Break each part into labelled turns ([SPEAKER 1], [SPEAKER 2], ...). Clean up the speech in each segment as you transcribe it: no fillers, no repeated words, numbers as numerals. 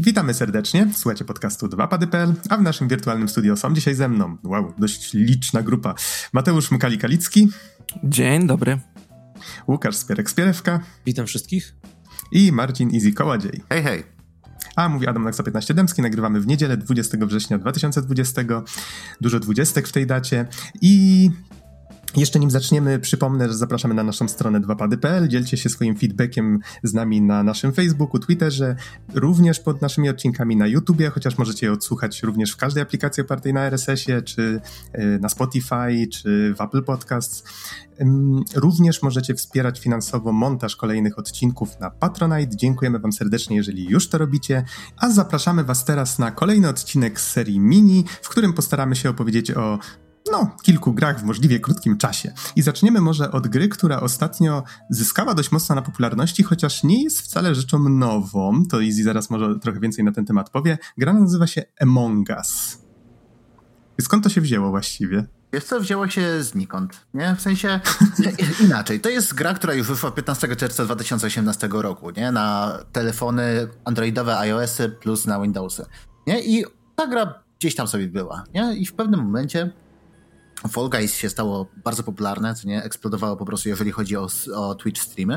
[SPEAKER 1] Witamy serdecznie, słuchacie podcastu 2pady.pl, a w naszym wirtualnym studio są dzisiaj ze mną, dość liczna grupa, Mateusz Mkali-Kalicki.
[SPEAKER 2] Dzień dobry.
[SPEAKER 1] Łukasz Spierek-Spierewka.
[SPEAKER 3] Witam wszystkich.
[SPEAKER 1] I Marcin Easy-Kołodziej.
[SPEAKER 4] Hej, hej.
[SPEAKER 1] A mówi Adam Naksa 15 Dębski, nagrywamy w niedzielę 20 września 2020, dużo 20 w tej dacie i... Jeszcze nim zaczniemy, przypomnę, że zapraszamy na naszą stronę 2pady.pl, dzielcie się swoim feedbackiem z nami na naszym Facebooku, Twitterze, również pod naszymi odcinkami na YouTubie, chociaż możecie je odsłuchać również w każdej aplikacji opartej na RSS-ie, czy na Spotify, czy w Apple Podcasts. Również możecie wspierać finansowo montaż kolejnych odcinków na Patronite. Dziękujemy wam serdecznie, jeżeli już to robicie, a zapraszamy was teraz na kolejny odcinek z serii Mini, w którym postaramy się opowiedzieć o kilku grach w możliwie krótkim czasie. I zaczniemy może od gry, która ostatnio zyskała dość mocno na popularności, chociaż nie jest wcale rzeczą nową. To Easy zaraz może trochę więcej na ten temat powie. Gra nazywa się Among Us. Skąd to się wzięło właściwie?
[SPEAKER 4] Wiesz co, wzięło się znikąd, nie? W sensie inaczej. To jest gra, która już wyszła 15 czerwca 2018 roku, nie? Na telefony androidowe, iOS-y plus na Windowsy, nie? I ta gra gdzieś tam sobie była, nie? I w pewnym momencie Fall Guys się stało bardzo popularne, co nie? Eksplodowało po prostu, jeżeli chodzi o Twitch streamy.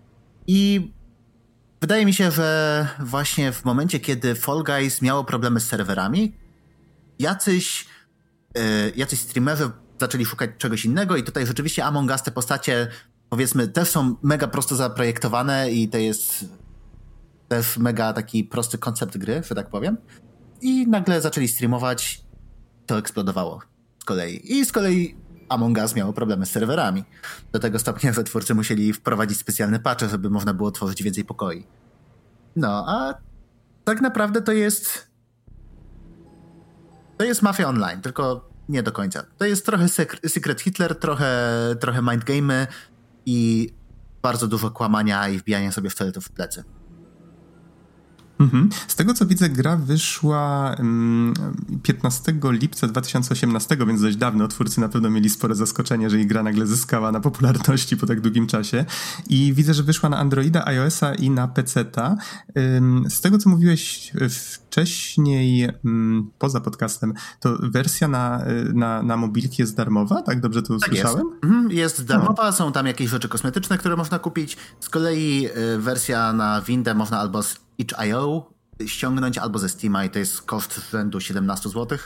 [SPEAKER 4] I wydaje mi się, że właśnie w momencie, kiedy Fall Guys miało problemy z serwerami, jacyś streamerzy zaczęli szukać czegoś innego i tutaj rzeczywiście Among Us, te postacie, powiedzmy, też są mega prosto zaprojektowane i to jest też mega taki prosty koncept gry, że tak powiem. I nagle zaczęli streamować, to eksplodowało z kolei Among Us miało problemy z serwerami. Do tego stopnia, że twórcy musieli wprowadzić specjalne patche, żeby można było tworzyć więcej pokoi. No, a tak naprawdę to jest Mafia Online, tylko nie do końca. To jest trochę Secret Hitler, trochę mindgame'y i bardzo dużo kłamania i wbijania sobie sztyletów w plecy.
[SPEAKER 1] Z tego co widzę, gra wyszła 15 lipca 2018, więc dość dawno. Twórcy na pewno mieli spore zaskoczenie, że ich gra nagle zyskała na popularności po tak długim czasie. I widzę, że wyszła na Androida, iOS-a i na PC-ta. Z tego co mówiłeś wcześniej, poza podcastem, to wersja na mobilki jest darmowa? Tak dobrze to usłyszałem?
[SPEAKER 4] Jest darmowa, są tam jakieś rzeczy kosmetyczne, które można kupić. Z kolei wersja na Windę można albo z itch.io ściągnąć, albo ze Steama i to jest koszt rzędu 17 zł.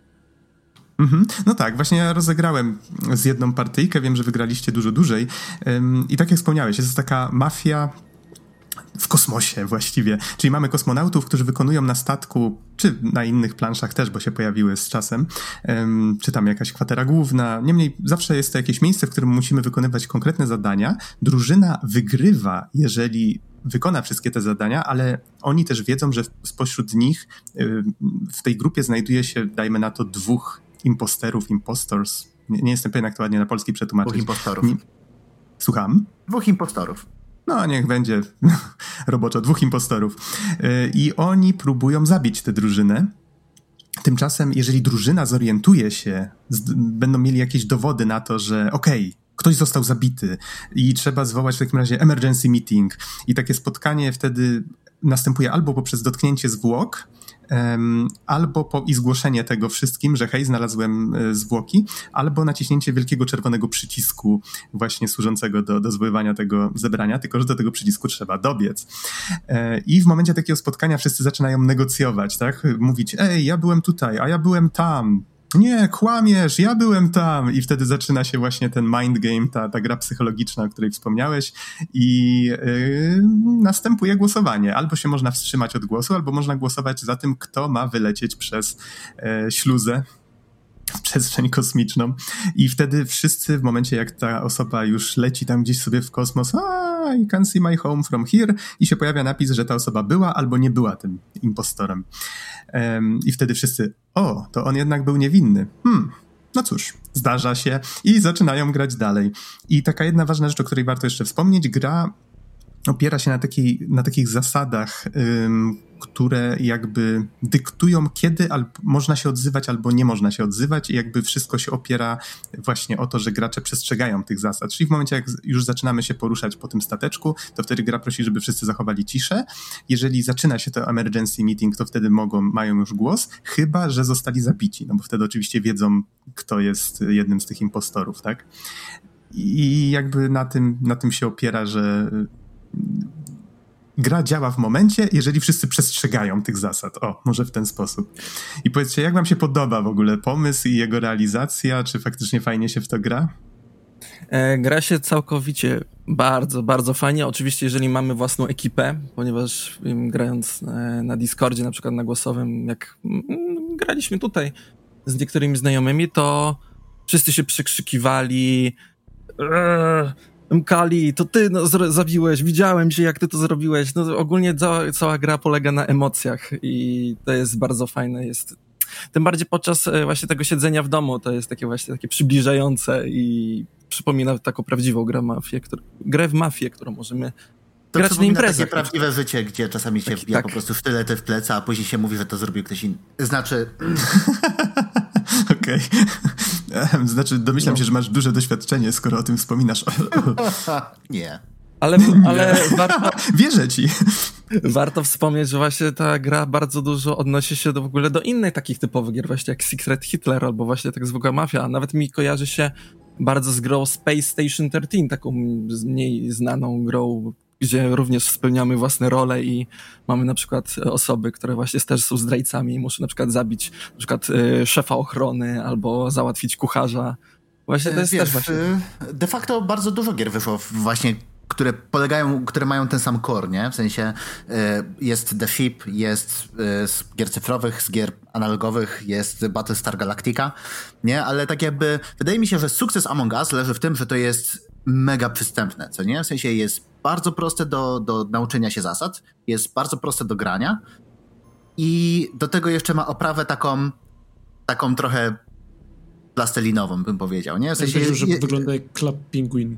[SPEAKER 1] No tak, właśnie ja rozegrałem z jedną partyjkę, wiem, że wygraliście dużo dłużej i tak jak wspomniałeś, jest taka mafia w kosmosie właściwie, czyli mamy kosmonautów, którzy wykonują na statku, czy na innych planszach też, bo się pojawiły z czasem, czy tam jakaś kwatera główna, niemniej zawsze jest to jakieś miejsce, w którym musimy wykonywać konkretne zadania. Drużyna wygrywa, jeżeli wykona wszystkie te zadania, ale oni też wiedzą, że spośród nich w tej grupie znajduje się, dajmy na to, 2 impostors. Nie jestem pewien, jak to ładnie na polski przetłumaczyć.
[SPEAKER 4] 2 impostorów.
[SPEAKER 1] Słucham?
[SPEAKER 4] 2 impostorów.
[SPEAKER 1] No, niech będzie roboczo, 2 impostorów. I oni próbują zabić tę drużynę. Tymczasem, jeżeli drużyna zorientuje się, będą mieli jakieś dowody na to, że ktoś został zabity i trzeba zwołać w takim razie emergency meeting. I takie spotkanie wtedy następuje albo poprzez dotknięcie zwłok, albo i zgłoszenie tego wszystkim, że hej, znalazłem zwłoki, albo naciśnięcie wielkiego czerwonego przycisku właśnie służącego do zwoływania tego zebrania, tylko że do tego przycisku trzeba dobiec. I w momencie takiego spotkania wszyscy zaczynają negocjować, tak? Mówić, ja byłem tutaj, a ja byłem tam. Nie, kłamiesz, ja byłem tam. I wtedy zaczyna się właśnie ten mind game, ta gra psychologiczna, o której wspomniałeś i następuje głosowanie. Albo się można wstrzymać od głosu, albo można głosować za tym, kto ma wylecieć przez śluzę w przestrzeń kosmiczną. I wtedy wszyscy w momencie, jak ta osoba już leci tam gdzieś sobie w kosmos, I can see my home from here, i się pojawia napis, że ta osoba była albo nie była tym impostorem. I wtedy wszyscy, to on jednak był niewinny. No cóż, zdarza się i zaczynają grać dalej. I taka jedna ważna rzecz, o której warto jeszcze wspomnieć, gra opiera się na takich zasadach, które jakby dyktują, kiedy można się odzywać albo nie można się odzywać i jakby wszystko się opiera właśnie o to, że gracze przestrzegają tych zasad. Czyli w momencie, jak już zaczynamy się poruszać po tym stateczku, to wtedy gra prosi, żeby wszyscy zachowali ciszę. Jeżeli zaczyna się to emergency meeting, to wtedy mają już głos, chyba że zostali zabici, no bo wtedy oczywiście wiedzą, kto jest jednym z tych impostorów, tak? I jakby na tym się opiera, że gra działa w momencie, jeżeli wszyscy przestrzegają tych zasad. O, może w ten sposób. I powiedzcie, jak wam się podoba w ogóle pomysł i jego realizacja? Czy faktycznie fajnie się w to gra?
[SPEAKER 2] Gra się całkowicie bardzo, bardzo fajnie. Oczywiście, jeżeli mamy własną ekipę, ponieważ grając na Discordzie, na przykład na głosowym, jak graliśmy tutaj z niektórymi znajomymi, to wszyscy się przekrzykiwali: Mkali, to ty zabiłeś, widziałem cię, jak ty to zrobiłeś. No, ogólnie cała gra polega na emocjach i to jest bardzo fajne. Tym bardziej podczas właśnie tego siedzenia w domu, to jest takie przybliżające i przypomina taką prawdziwą grę w mafię, którą możemy grać na imprezach.
[SPEAKER 4] Takie prawdziwe życie, gdzie czasami się wbija po prostu sztylety w plecy, a później się mówi, że to zrobił ktoś inny. Znaczy...
[SPEAKER 1] Okej. Znaczy, domyślam się, że masz duże doświadczenie, skoro o tym wspominasz.
[SPEAKER 4] Nie.
[SPEAKER 2] Ale warto...
[SPEAKER 1] Wierzę ci.
[SPEAKER 2] Warto wspomnieć, że właśnie ta gra bardzo dużo odnosi się w ogóle do innych takich typowych gier, właśnie jak Secret Hitler albo właśnie tak zwykła Mafia. A nawet mi kojarzy się bardzo z grą Space Station 13, taką mniej znaną grą, gdzie również spełniamy własne role i mamy na przykład osoby, które właśnie też są zdrajcami i muszą na przykład zabić na przykład szefa ochrony albo załatwić kucharza. Właśnie to jest też właśnie...
[SPEAKER 4] De facto bardzo dużo gier wyszło właśnie, które mają ten sam core, nie? W sensie jest The Ship, jest z gier cyfrowych, z gier analogowych, jest Battlestar Galactica, nie? Ale tak jakby wydaje mi się, że sukces Among Us leży w tym, że to jest mega przystępne, co nie? W sensie jest bardzo proste do nauczenia się zasad, jest bardzo proste do grania i do tego jeszcze ma oprawę taką trochę plastelinową, bym powiedział, nie? W sensie
[SPEAKER 3] że wygląda jak Club Penguin.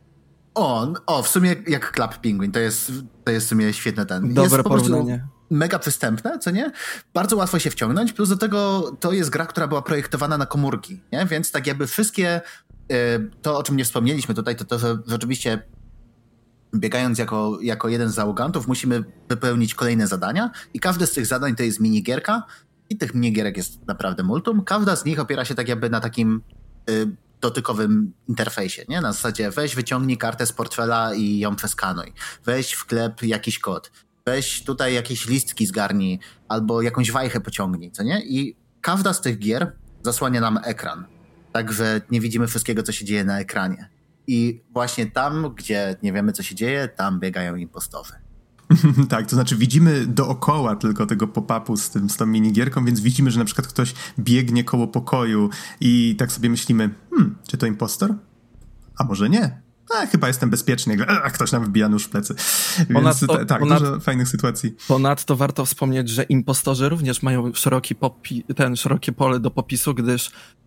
[SPEAKER 4] W sumie jak Club Penguin, to jest w sumie świetne
[SPEAKER 2] Dobre porównanie.
[SPEAKER 4] Mega przystępne, co nie? Bardzo łatwo się wciągnąć, plus do tego to jest gra, która była projektowana na komórki, nie? Więc tak jakby wszystkie, to o czym nie wspomnieliśmy tutaj, to że rzeczywiście biegając jako jeden z załogantów musimy wypełnić kolejne zadania i każde z tych zadań to jest minigierka i tych minigierek jest naprawdę multum. Każda z nich opiera się tak jakby na takim dotykowym interfejsie, nie? Na zasadzie weź wyciągnij kartę z portfela i ją przeskanuj. Weź wklep jakiś kod. Weź tutaj jakieś listki zgarnij albo jakąś wajchę pociągnij, co nie? I każda z tych gier zasłania nam ekran. Także nie widzimy wszystkiego, co się dzieje na ekranie. I właśnie tam, gdzie nie wiemy, co się dzieje, tam biegają impostorzy.
[SPEAKER 1] Tak, to znaczy widzimy dookoła tylko tego pop-upu z tą minigierką, więc widzimy, że na przykład ktoś biegnie koło pokoju i tak sobie myślimy, czy to impostor? A może nie? Chyba jestem bezpieczny. A ktoś nam wbija nóż w plecy. Więc dużo fajnych sytuacji.
[SPEAKER 2] Ponadto warto wspomnieć, że impostorzy również mają szerokie pole do popisu, gdyż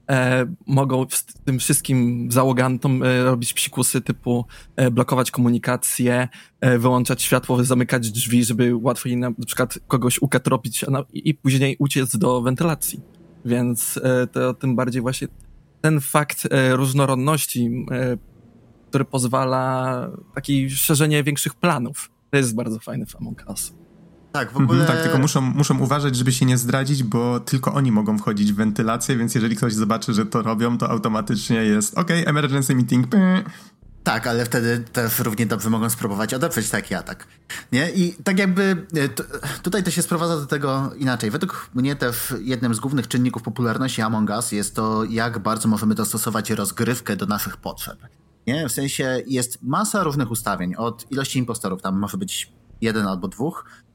[SPEAKER 2] mogą tym wszystkim załogantom robić psikusy typu blokować komunikację, wyłączać światło, zamykać drzwi, żeby łatwiej na przykład kogoś ukatropić i później uciec do wentylacji. Więc to tym bardziej właśnie ten fakt różnorodności, który pozwala takie szerzenie większych planów. To jest bardzo fajne w Among Us.
[SPEAKER 4] Tak, w ogóle...
[SPEAKER 1] Tak, tylko muszą uważać, żeby się nie zdradzić, bo tylko oni mogą wchodzić w wentylację, więc jeżeli ktoś zobaczy, że to robią, to automatycznie jest emergency meeting.
[SPEAKER 4] Tak, ale wtedy też równie dobrze mogą spróbować odeprzeć taki atak. Nie? I tak jakby tutaj to się sprowadza do tego inaczej. Według mnie też jednym z głównych czynników popularności Among Us jest to, jak bardzo możemy dostosować rozgrywkę do naszych potrzeb. Nie? W sensie jest masa różnych ustawień. Od ilości impostorów, tam może być 1 albo 2,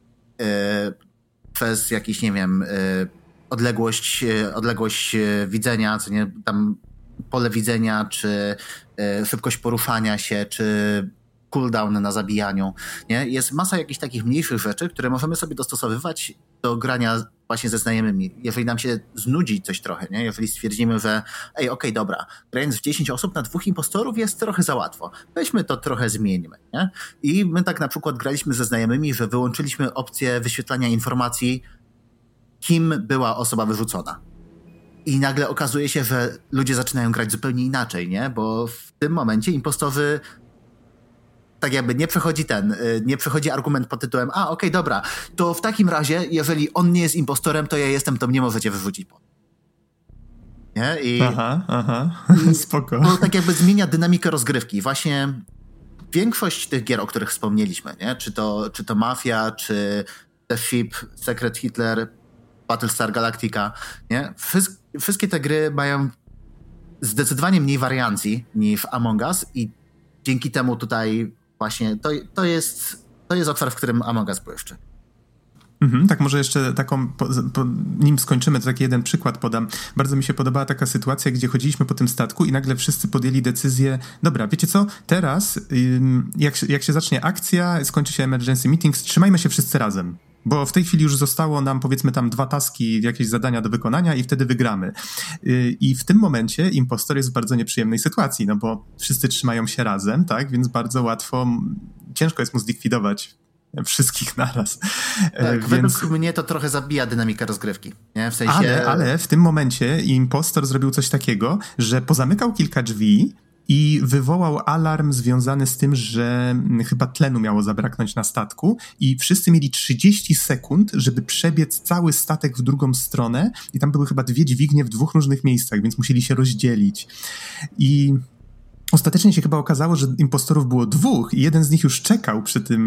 [SPEAKER 4] przez jakiś, nie wiem, odległość widzenia, co nie, tam pole widzenia, czy szybkość poruszania się, czy cooldown na zabijaniu. Nie? Jest masa jakichś takich mniejszych rzeczy, które możemy sobie dostosowywać do grania właśnie ze znajomymi. Jeżeli nam się znudzi coś trochę, nie? Jeżeli stwierdzimy, że okej, dobra, grając w 10 osób na 2 impostorów jest trochę za łatwo. Weźmy to trochę zmieńmy, nie? I my tak na przykład graliśmy ze znajomymi, że wyłączyliśmy opcję wyświetlania informacji, kim była osoba wyrzucona. I nagle okazuje się, że ludzie zaczynają grać zupełnie inaczej, nie? Bo w tym momencie impostorzy tak jakby nie przechodzi argument pod tytułem okej, dobra, to w takim razie, jeżeli on nie jest impostorem, to ja jestem, to mnie możecie wyrzucić. Nie?
[SPEAKER 1] Spoko.
[SPEAKER 4] To tak jakby zmienia dynamikę rozgrywki. Właśnie większość tych gier, o których wspomnieliśmy, nie? Czy to Mafia, czy The Ship, Secret Hitler, Battlestar Galactica, nie? Wszystkie te gry mają zdecydowanie mniej wariancji niż Among Us i dzięki temu tutaj właśnie to jest obszar, w którym Among Us błyszczy.
[SPEAKER 1] Tak, może jeszcze taką, nim skończymy, to taki jeden przykład podam. Bardzo mi się podobała taka sytuacja, gdzie chodziliśmy po tym statku i nagle wszyscy podjęli decyzję, dobra, wiecie co, teraz jak się zacznie akcja, skończy się emergency meeting, trzymajmy się wszyscy razem. Bo w tej chwili już zostało nam, powiedzmy, tam 2 taski, jakieś zadania do wykonania i wtedy wygramy. I w tym momencie impostor jest w bardzo nieprzyjemnej sytuacji, no bo wszyscy trzymają się razem, tak? Więc bardzo łatwo, ciężko jest mu zlikwidować wszystkich naraz.
[SPEAKER 4] Tak, według mnie to trochę zabija dynamikę rozgrywki. Nie? W sensie...
[SPEAKER 1] Ale w tym momencie impostor zrobił coś takiego, że pozamykał kilka drzwi i wywołał alarm związany z tym, że chyba tlenu miało zabraknąć na statku i wszyscy mieli 30 sekund, żeby przebiec cały statek w drugą stronę i tam były chyba 2 dźwignie w 2 różnych miejscach, więc musieli się rozdzielić. I ostatecznie się chyba okazało, że impostorów było 2 i jeden z nich już czekał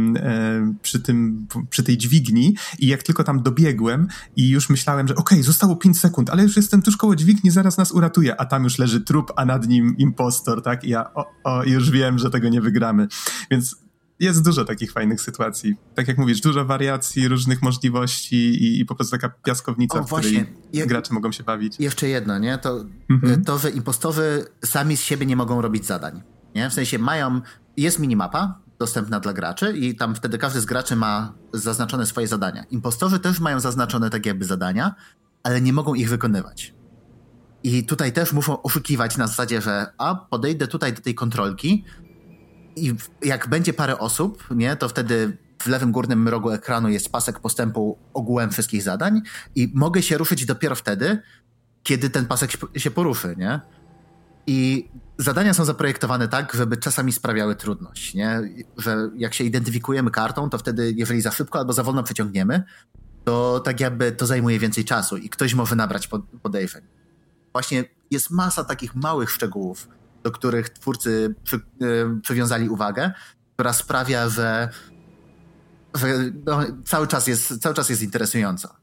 [SPEAKER 1] przy tej dźwigni i jak tylko tam dobiegłem i już myślałem, że okej, zostało 5 sekund, ale już jestem tuż koło dźwigni, zaraz nas uratuje, a tam już leży trup, a nad nim impostor, tak? I ja już wiem, że tego nie wygramy. Więc jest dużo takich fajnych sytuacji. Tak jak mówisz, dużo wariacji, różnych możliwości i po prostu taka piaskownica, w której gracze mogą się bawić.
[SPEAKER 4] Jeszcze jedno, nie? To, że impostorzy sami z siebie nie mogą robić zadań. Nie? W sensie jest minimapa dostępna dla graczy i tam wtedy każdy z graczy ma zaznaczone swoje zadania. Impostorzy też mają zaznaczone tak jakby zadania, ale nie mogą ich wykonywać. I tutaj też muszą oszukiwać na zasadzie, że podejdę tutaj do tej kontrolki i jak będzie parę osób, nie, to wtedy w lewym górnym rogu ekranu jest pasek postępu ogółem wszystkich zadań i mogę się ruszyć dopiero wtedy, kiedy ten pasek się poruszy, nie? I zadania są zaprojektowane tak, żeby czasami sprawiały trudność, nie? Że jak się identyfikujemy kartą, to wtedy jeżeli za szybko albo za wolno przeciągniemy, to tak jakby to zajmuje więcej czasu i ktoś może nabrać podejrzeń. Właśnie jest masa takich małych szczegółów, do których twórcy przywiązali uwagę, która sprawia, że cały czas jest interesująca.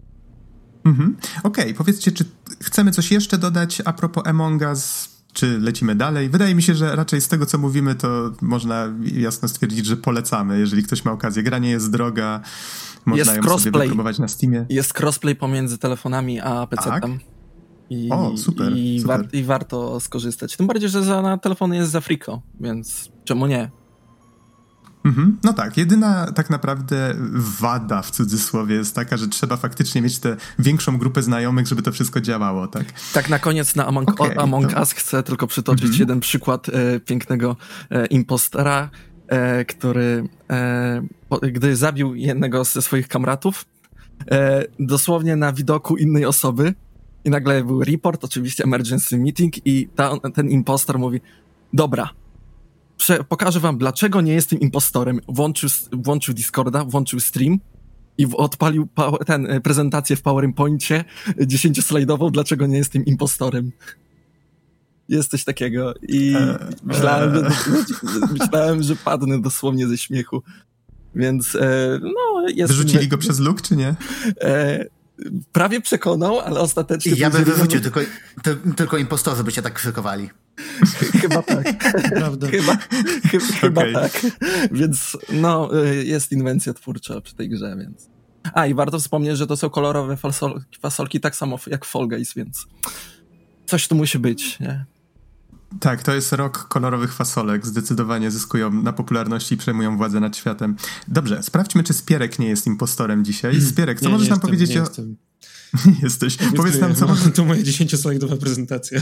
[SPEAKER 1] Okej, powiedzcie, czy chcemy coś jeszcze dodać a propos Among Us, czy lecimy dalej? Wydaje mi się, że raczej z tego, co mówimy, to można jasno stwierdzić, że polecamy, jeżeli ktoś ma okazję. Gra nie jest droga, można ją sobie wypróbować na Steamie.
[SPEAKER 2] Jest crossplay pomiędzy telefonami a PC-tem.
[SPEAKER 1] Tak? Super.
[SPEAKER 2] I warto skorzystać. Tym bardziej, że na telefony jest za friko, więc czemu nie?
[SPEAKER 1] No tak, jedyna tak naprawdę wada w cudzysłowie jest taka, że trzeba faktycznie mieć tę większą grupę znajomych, żeby to wszystko działało, tak?
[SPEAKER 2] Tak, na koniec na Among Us chcę tylko przytoczyć jeden przykład pięknego impostora, który gdy zabił jednego ze swoich kamratów, dosłownie na widoku innej osoby i nagle był report, oczywiście emergency meeting i ten impostor mówi, dobra, pokażę wam, dlaczego nie jestem impostorem. Włączył Discorda, włączył stream i odpalił prezentację w PowerPoincie 10-slajdową, dlaczego nie jestem impostorem. Jest coś takiego i myślałem, że padnę dosłownie ze śmiechu. Więc jest...
[SPEAKER 1] Wyrzucili go przez luk, czy nie?
[SPEAKER 2] Prawie przekonał, ale ostatecznie...
[SPEAKER 4] Ja bym wyrzucił, tylko impostorzy by się tak krzykowali.
[SPEAKER 2] Chyba tak. Prawda. Chyba tak. Więc jest inwencja twórcza przy tej grze, więc... I warto wspomnieć, że to są kolorowe fasolki tak samo jak Fall Guys, więc coś tu musi być, nie?
[SPEAKER 1] Tak, to jest rok kolorowych fasolek. Zdecydowanie zyskują na popularności i przejmują władzę nad światem. Dobrze, sprawdźmy, czy Spierek nie jest impostorem dzisiaj. Spierek, co możesz nam powiedzieć jesteś. Powiedz nam, co może...
[SPEAKER 3] To moja 10-slajdowa prezentacja.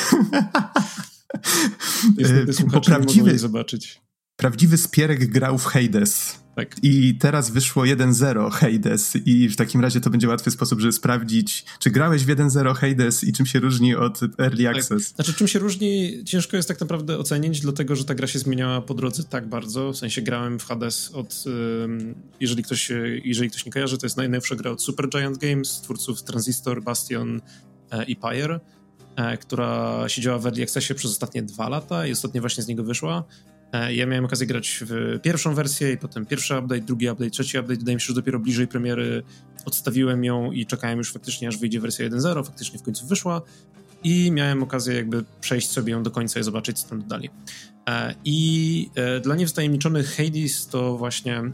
[SPEAKER 1] Prawdziwy
[SPEAKER 3] zobaczyć.
[SPEAKER 1] Prawdziwy Spierek grał w Hades.
[SPEAKER 3] Tak.
[SPEAKER 1] I teraz wyszło 1.0 Hades i w takim razie to będzie łatwy sposób, żeby sprawdzić, czy grałeś w 1.0 Hades i czym się różni od Early Access.
[SPEAKER 3] Znaczy, czym się różni, ciężko jest tak naprawdę ocenić, dlatego, że ta gra się zmieniała po drodze tak bardzo. W sensie grałem w Hades od... Jeżeli ktoś nie kojarzy, to jest najnowsza gra od Supergiant Games, twórców Transistor, Bastion i Pyre, która siedziała w Early Accessie przez ostatnie 2 lata i ostatnio właśnie z niego wyszła. Ja miałem okazję grać w pierwszą wersję i potem pierwszy update, drugi update, trzeci update. Wydaje mi się, że dopiero bliżej premiery odstawiłem ją i czekałem już faktycznie, aż wyjdzie wersja 1.0. Faktycznie w końcu wyszła i miałem okazję jakby przejść sobie ją do końca i zobaczyć, co tam dodali. I dla niewtajemniczonych Hades to właśnie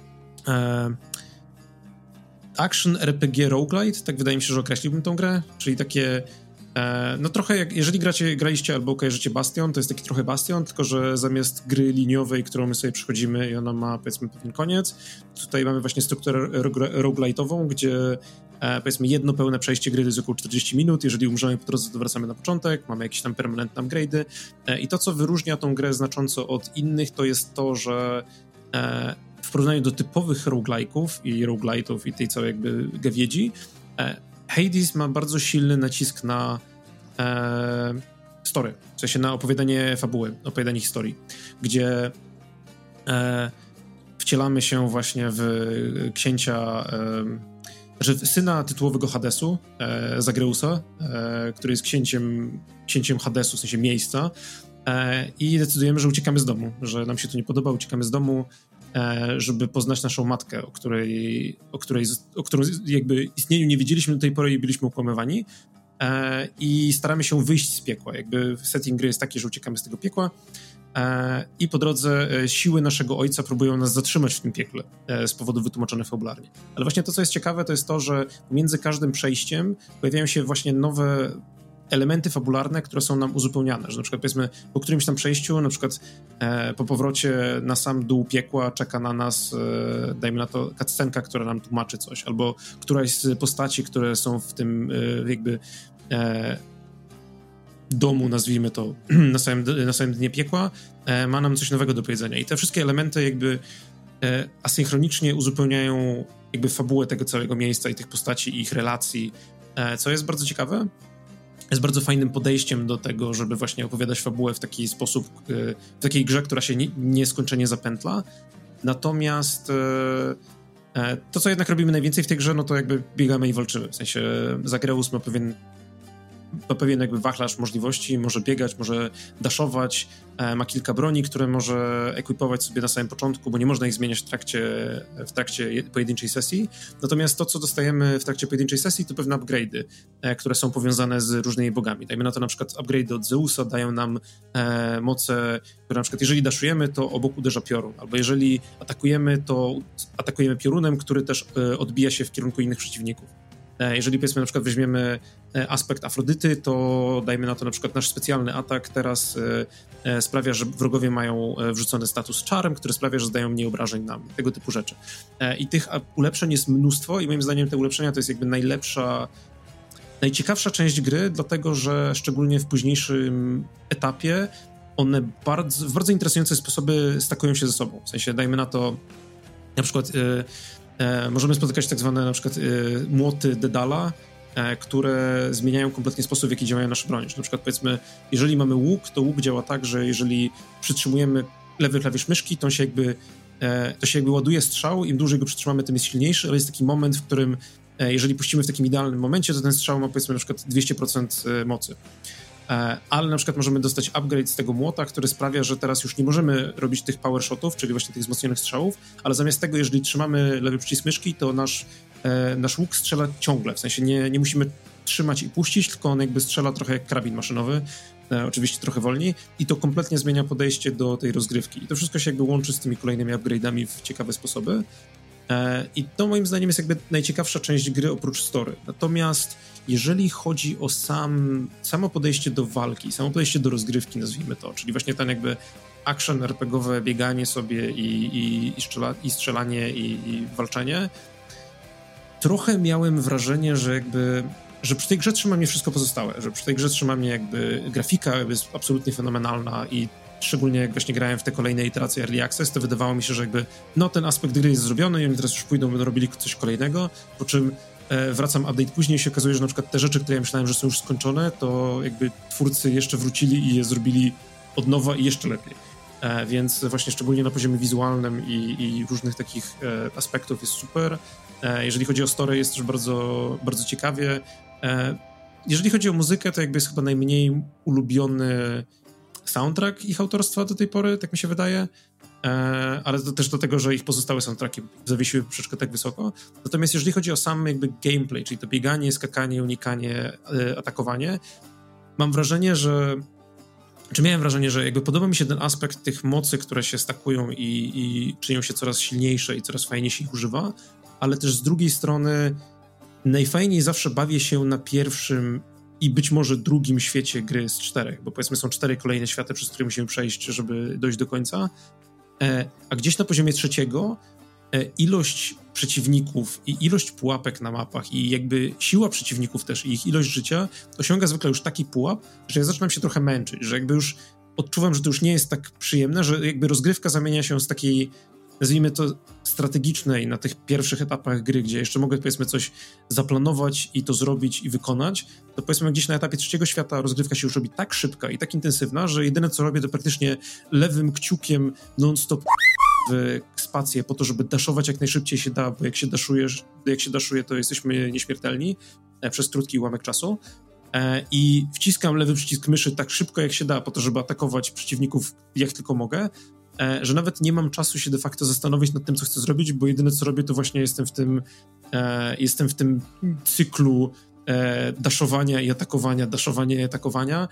[SPEAKER 3] action RPG roguelite, tak wydaje mi się, że określiłbym tą grę, czyli takie... No trochę jak, jeżeli graliście albo kojarzycie Bastion, to jest taki trochę Bastion, tylko że zamiast gry liniowej, którą my sobie przechodzimy i ona ma, powiedzmy, pewien koniec, tutaj mamy właśnie strukturę roguelite'ową, gdzie powiedzmy jedno pełne przejście gry to jest około 40 minut, jeżeli umrzemy po drodze, to wracamy na początek, mamy jakieś tam permanentne upgrade'y i to, co wyróżnia tą grę znacząco od innych, to jest to, że w porównaniu do typowych roguelike'ów i roguelite'ów i tej całej jakby gawiedzi, Hades ma bardzo silny nacisk na story, w sensie na opowiadanie fabuły, opowiadanie historii, gdzie wcielamy się właśnie w księcia, w syna tytułowego Hadesu, Zagreusa, który jest księciem Hadesu, w sensie miejsca, i decydujemy, że uciekamy z domu, że nam się to nie podoba, uciekamy z domu, żeby poznać naszą matkę, o którą jakby istnieniu nie wiedzieliśmy do tej pory i byliśmy ukłamywani, i staramy się wyjść z piekła. Jakby setting gry jest taki, że uciekamy z tego piekła i po drodze siły naszego ojca próbują nas zatrzymać w tym piekle z powodów wytłumaczonych fabularnie. Ale właśnie to, co jest ciekawe, to jest to, że między każdym przejściem pojawiają się właśnie nowe elementy fabularne, które są nam uzupełniane, że na przykład powiedzmy po którymś tam przejściu, na przykład po powrocie na sam dół piekła czeka na nas, dajmy na to, cutscenka, która nam tłumaczy coś, albo któraś z postaci, które są w tym jakby domu, nazwijmy to, na samym dnie piekła, ma nam coś nowego do powiedzenia. I te wszystkie elementy jakby asynchronicznie uzupełniają jakby fabułę tego całego miejsca i tych postaci i ich relacji, co jest bardzo ciekawe. Jest bardzo fajnym podejściem do tego, żeby właśnie opowiadać fabułę w taki sposób, w takiej grze, która się nieskończenie zapętla. Natomiast to, co jednak robimy najwięcej w tej grze, no to jakby biegamy i walczymy. W sensie Zagreus ma pewien jakby wachlarz możliwości, może biegać, może daszować, ma kilka broni, które może ekwipować sobie na samym początku, bo nie można ich zmieniać w trakcie pojedynczej sesji. Natomiast to, co dostajemy w trakcie pojedynczej sesji, to pewne upgrade'y, które są powiązane z różnymi bogami. Dajmy na to na przykład upgrade'y od Zeusa dają nam moce, które na przykład jeżeli daszujemy, to obok uderza piorun, albo jeżeli atakujemy, to atakujemy piorunem, który też odbija się w kierunku innych przeciwników. Jeżeli powiedzmy na przykład weźmiemy aspekt Afrodyty, to dajmy na to na przykład nasz specjalny atak teraz sprawia, że wrogowie mają wrzucony status Charm, który sprawia, że zdają mniej obrażeń nam, tego typu rzeczy. I tych ulepszeń jest mnóstwo i moim zdaniem te ulepszenia to jest jakby najciekawsza część gry, dlatego że szczególnie w późniejszym etapie one w bardzo interesujące sposoby stakują się ze sobą. W sensie dajmy na to na przykład możemy spotykać tak zwane na przykład młoty Dedala, które zmieniają kompletnie sposób, w jaki działają nasze bronie. Na przykład powiedzmy, jeżeli mamy łuk, to łuk działa tak, że jeżeli przytrzymujemy lewy klawisz myszki, to się jakby ładuje strzał, im dłużej go przytrzymamy, tym jest silniejszy, ale jest taki moment, w którym jeżeli puścimy w takim idealnym momencie, to ten strzał ma powiedzmy na przykład 200% mocy. Ale na przykład możemy dostać upgrade z tego młota, który sprawia, że teraz już nie możemy robić tych power shotów, czyli właśnie tych wzmocnionych strzałów, ale zamiast tego, jeżeli trzymamy lewy przycisk myszki, to nasz łuk strzela ciągle, w sensie nie musimy trzymać i puścić, tylko on jakby strzela trochę jak karabin maszynowy, oczywiście trochę wolniej i to kompletnie zmienia podejście do tej rozgrywki. I to wszystko się jakby łączy z tymi kolejnymi upgrade'ami w ciekawe sposoby. I to moim zdaniem jest jakby najciekawsza część gry oprócz story. Natomiast jeżeli chodzi o samo podejście do walki, samo podejście do rozgrywki, nazwijmy to, czyli właśnie ten jakby action RPGowe, bieganie sobie i strzelanie i walczenie, trochę miałem wrażenie, że przy tej grze trzyma mnie wszystko pozostałe, że przy tej grze trzyma mnie jakby grafika jest absolutnie fenomenalna i szczególnie jak właśnie grałem w te kolejne iteracje Early Access, to wydawało mi się, że jakby ten aspekt gry jest zrobiony i oni teraz już pójdą, będą robili coś kolejnego, po czym wracam update później i się okazuje, że na przykład te rzeczy, które ja myślałem, że są już skończone, to jakby twórcy jeszcze wrócili i je zrobili od nowa i jeszcze lepiej. Więc właśnie szczególnie na poziomie wizualnym i różnych takich aspektów jest super. Jeżeli chodzi o story, jest też bardzo, bardzo ciekawie. Jeżeli chodzi o muzykę, to jakby jest chyba najmniej ulubiony soundtrack ich autorstwa do tej pory, tak mi się wydaje. Ale to też do tego, że ich pozostałe soundtracki zawiesiły troszeczkę tak wysoko. Natomiast jeżeli chodzi o sam jakby gameplay, czyli to bieganie, skakanie, unikanie, atakowanie, miałem wrażenie, że jakby podoba mi się ten aspekt tych mocy, które się stakują i czynią się coraz silniejsze i coraz fajniej się ich używa, ale też z drugiej strony najfajniej zawsze bawię się na pierwszym i być może drugim świecie gry z 4, bo powiedzmy są 4 kolejne światy, przez które musimy przejść, żeby dojść do końca, a gdzieś na poziomie 3 ilość przeciwników i ilość pułapek na mapach i jakby siła przeciwników też i ich ilość życia osiąga zwykle już taki pułap, że ja zaczynam się trochę męczyć, że jakby już odczuwam, że to już nie jest tak przyjemne, że jakby rozgrywka zamienia się z takiej, nazwijmy to, strategicznej na tych pierwszych etapach gry, gdzie jeszcze mogę, powiedzmy, coś zaplanować i to zrobić i wykonać, to powiedzmy gdzieś na etapie 3 świata rozgrywka się już robi tak szybka i tak intensywna, że jedyne co robię to praktycznie lewym kciukiem non-stop w spację po to, żeby daszować jak najszybciej się da, bo jak się daszuje, to jesteśmy nieśmiertelni przez krótki ułamek czasu. I wciskam lewy przycisk myszy tak szybko jak się da po to, żeby atakować przeciwników jak tylko mogę, że nawet nie mam czasu się de facto zastanowić nad tym, co chcę zrobić, bo jedyne co robię, to właśnie jestem w tym cyklu daszowania i atakowania,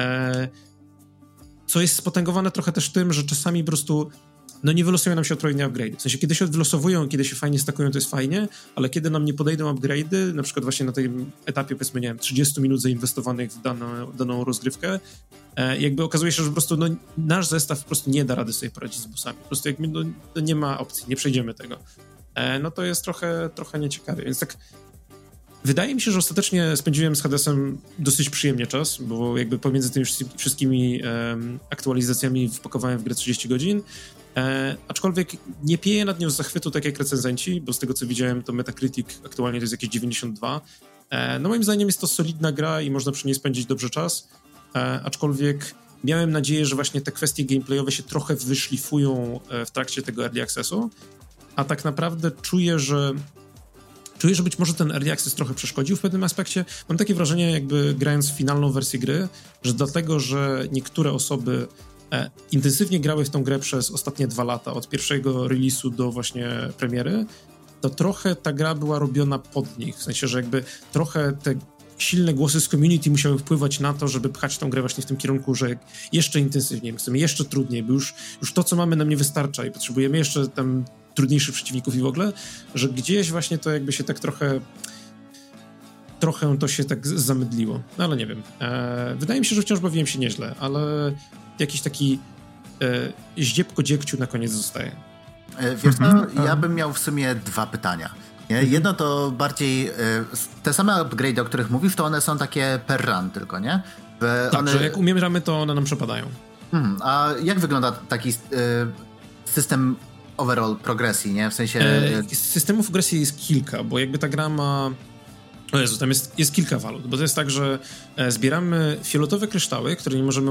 [SPEAKER 3] co jest spotęgowane trochę też tym, że czasami po prostu nie wylosują nam się odpowiednie upgrade'y. W sensie, kiedy się wylosowują, kiedy się fajnie stakują, to jest fajnie, ale kiedy nam nie podejdą upgrade'y, na przykład właśnie na tym etapie, powiedzmy, nie wiem, 30 minut zainwestowanych w daną rozgrywkę, jakby okazuje się, że po prostu nasz zestaw po prostu nie da rady sobie poradzić z bossami. Po prostu jakby nie ma opcji, nie przejdziemy tego. To jest trochę nieciekawe. Więc tak wydaje mi się, że ostatecznie spędziłem z Hadesem dosyć przyjemnie czas, bo jakby pomiędzy tymi wszystkimi aktualizacjami wpakowałem w grę 30 godzin, aczkolwiek nie pieję nad nią z zachwytu tak jak recenzenci, bo z tego co widziałem to Metacritic aktualnie to jest jakieś 92. Moim zdaniem jest to solidna gra i można przy niej spędzić dobrze czas, aczkolwiek miałem nadzieję, że właśnie te kwestie gameplayowe się trochę wyszlifują w trakcie tego Early Accessu, a tak naprawdę czuję, że być może ten Early Access trochę przeszkodził w pewnym aspekcie. Mam takie wrażenie, jakby grając w finalną wersję gry, że dlatego, że niektóre osoby intensywnie grały w tą grę przez ostatnie 2 lata, od pierwszego release'u do właśnie premiery, to trochę ta gra była robiona pod nich. W sensie, że jakby trochę te silne głosy z community musiały wpływać na to, żeby pchać tą grę właśnie w tym kierunku, że jeszcze intensywniej, chcemy jeszcze trudniej, bo już to, co mamy, nam nie wystarcza i potrzebujemy jeszcze tam trudniejszych przeciwników i w ogóle, że gdzieś właśnie to jakby się tak trochę to się tak zamydliło. Ale nie wiem. Wydaje mi się, że wciąż bawiłem się nieźle, ale jakiś taki zdziepko dziegciu na koniec zostaje.
[SPEAKER 4] Wiesz co, ja bym miał w sumie 2 pytania. Nie? Jedno to bardziej te same upgrade, o których mówisz, to one są takie per run tylko, nie?
[SPEAKER 3] Tak, że jak umieramy, to one nam przepadają.
[SPEAKER 4] A jak wygląda taki system overall progresji, nie? W sensie...
[SPEAKER 3] Systemów progresji jest kilka, bo jakby ta gra ma... O Jezu, tam jest kilka walut, bo to jest tak, że zbieramy fioletowe kryształy, które nie możemy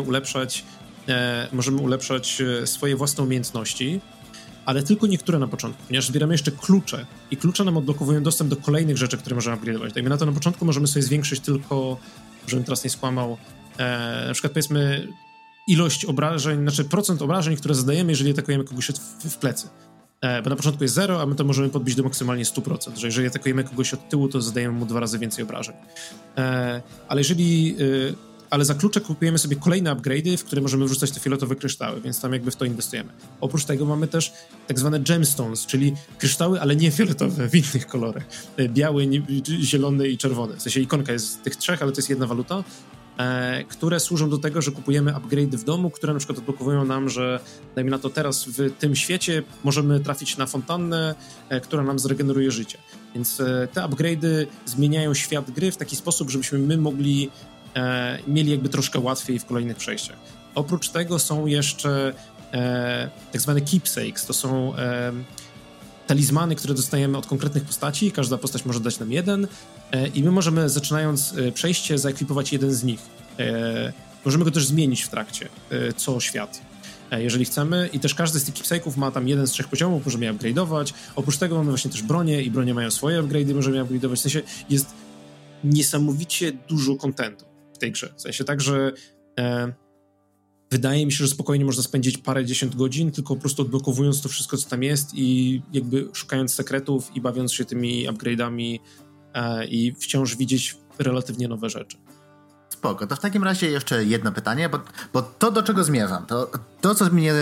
[SPEAKER 3] ulepszać swoje własne umiejętności, ale tylko niektóre na początku, ponieważ zbieramy jeszcze klucze i klucze nam odblokowują dostęp do kolejnych rzeczy, które możemy upgrade'ować. Dajmy na to, na początku możemy sobie zwiększyć tylko, żebym teraz nie skłamał, na przykład powiedzmy ilość obrażeń, znaczy procent obrażeń, które zadajemy, jeżeli atakujemy kogoś w plecy. Bo na początku jest 0, a my to możemy podbić do maksymalnie 100%, że jeżeli atakujemy kogoś od tyłu, to zadajemy mu 2 razy więcej obrażeń. Ale za klucze kupujemy sobie kolejne upgrade'y, w które możemy wrzucać te fioletowe kryształy, więc tam jakby w to inwestujemy. Oprócz tego mamy też tak zwane gemstones, czyli kryształy, ale nie fioletowe, w innych kolorach. Biały, zielony i czerwony. W sensie ikonka jest z tych 3, ale to jest jedna waluta. które służą do tego, że kupujemy upgrade'y w domu, które na przykład odblokowują nam, że dajmy na to teraz w tym świecie możemy trafić na fontannę, która nam zregeneruje życie. Więc te upgrade'y zmieniają świat gry w taki sposób, żebyśmy my mieli jakby troszkę łatwiej w kolejnych przejściach. Oprócz tego są jeszcze tak zwane keepsakes, to są talizmany, które dostajemy od konkretnych postaci, każda postać może dać nam jeden i my możemy, zaczynając przejście, zaekwipować jeden z nich. Możemy go też zmienić w trakcie, co świat, jeżeli chcemy, i też każdy z tych keepsake'ów ma tam jeden z 3 poziomów, możemy je upgrade'ować. Oprócz tego mamy właśnie też bronie i bronie mają swoje upgrade'y, możemy je upgrade'ować. W sensie jest niesamowicie dużo kontentu w tej grze. W sensie tak, że wydaje mi się, że spokojnie można spędzić parędziesiąt godzin, tylko po prostu odblokowując to wszystko, co tam jest i jakby szukając sekretów i bawiąc się tymi upgrade'ami i wciąż widzieć relatywnie nowe rzeczy.
[SPEAKER 4] Spoko, to w takim razie jeszcze jedno pytanie, bo to, do czego zmierzam, to co mnie...